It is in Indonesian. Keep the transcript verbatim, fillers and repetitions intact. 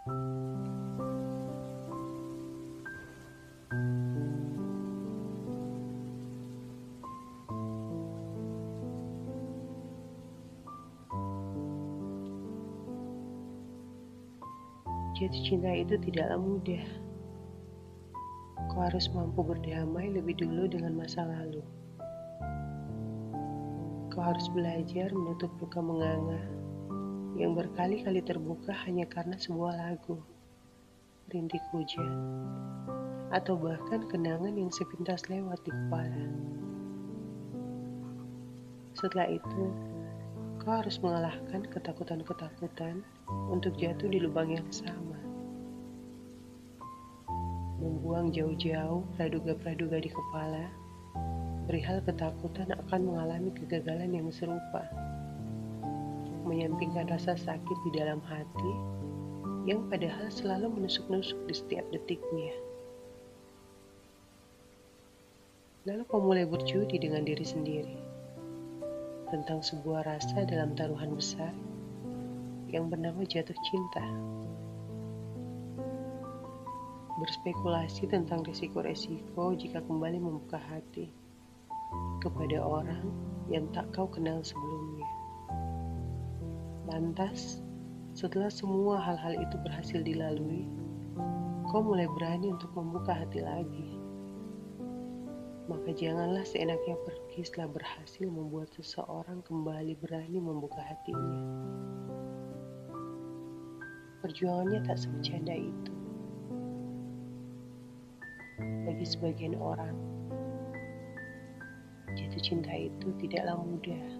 Jatuh cinta itu tidaklah mudah. Kau harus mampu berdamai lebih dulu dengan masa lalu. Kau harus belajar menutup luka menganga yang berkali-kali terbuka hanya karena sebuah lagu, rintik hujan, atau bahkan kenangan yang sepintas lewat di kepala. Setelah itu, kau harus mengalahkan ketakutan-ketakutan untuk jatuh di lubang yang sama. Membuang jauh-jauh praduga-praduga di kepala, perihal ketakutan akan mengalami kegagalan yang serupa. Menyampingkan rasa sakit di dalam hati yang padahal selalu menusuk-nusuk di setiap detiknya. Lalu kau mulai berjudi dengan diri sendiri tentang sebuah rasa dalam taruhan besar yang bernama jatuh cinta. Berspekulasi tentang resiko-resiko jika kembali membuka hati kepada orang yang tak kau kenal sebelumnya. Lantas, setelah semua hal-hal itu berhasil dilalui, kau mulai berani untuk membuka hati lagi. Maka janganlah seenaknya pergi setelah berhasil membuat seseorang kembali berani membuka hatinya. Perjuangannya tak sebecanda itu. Bagi sebagian orang, jatuh cinta itu tidaklah mudah.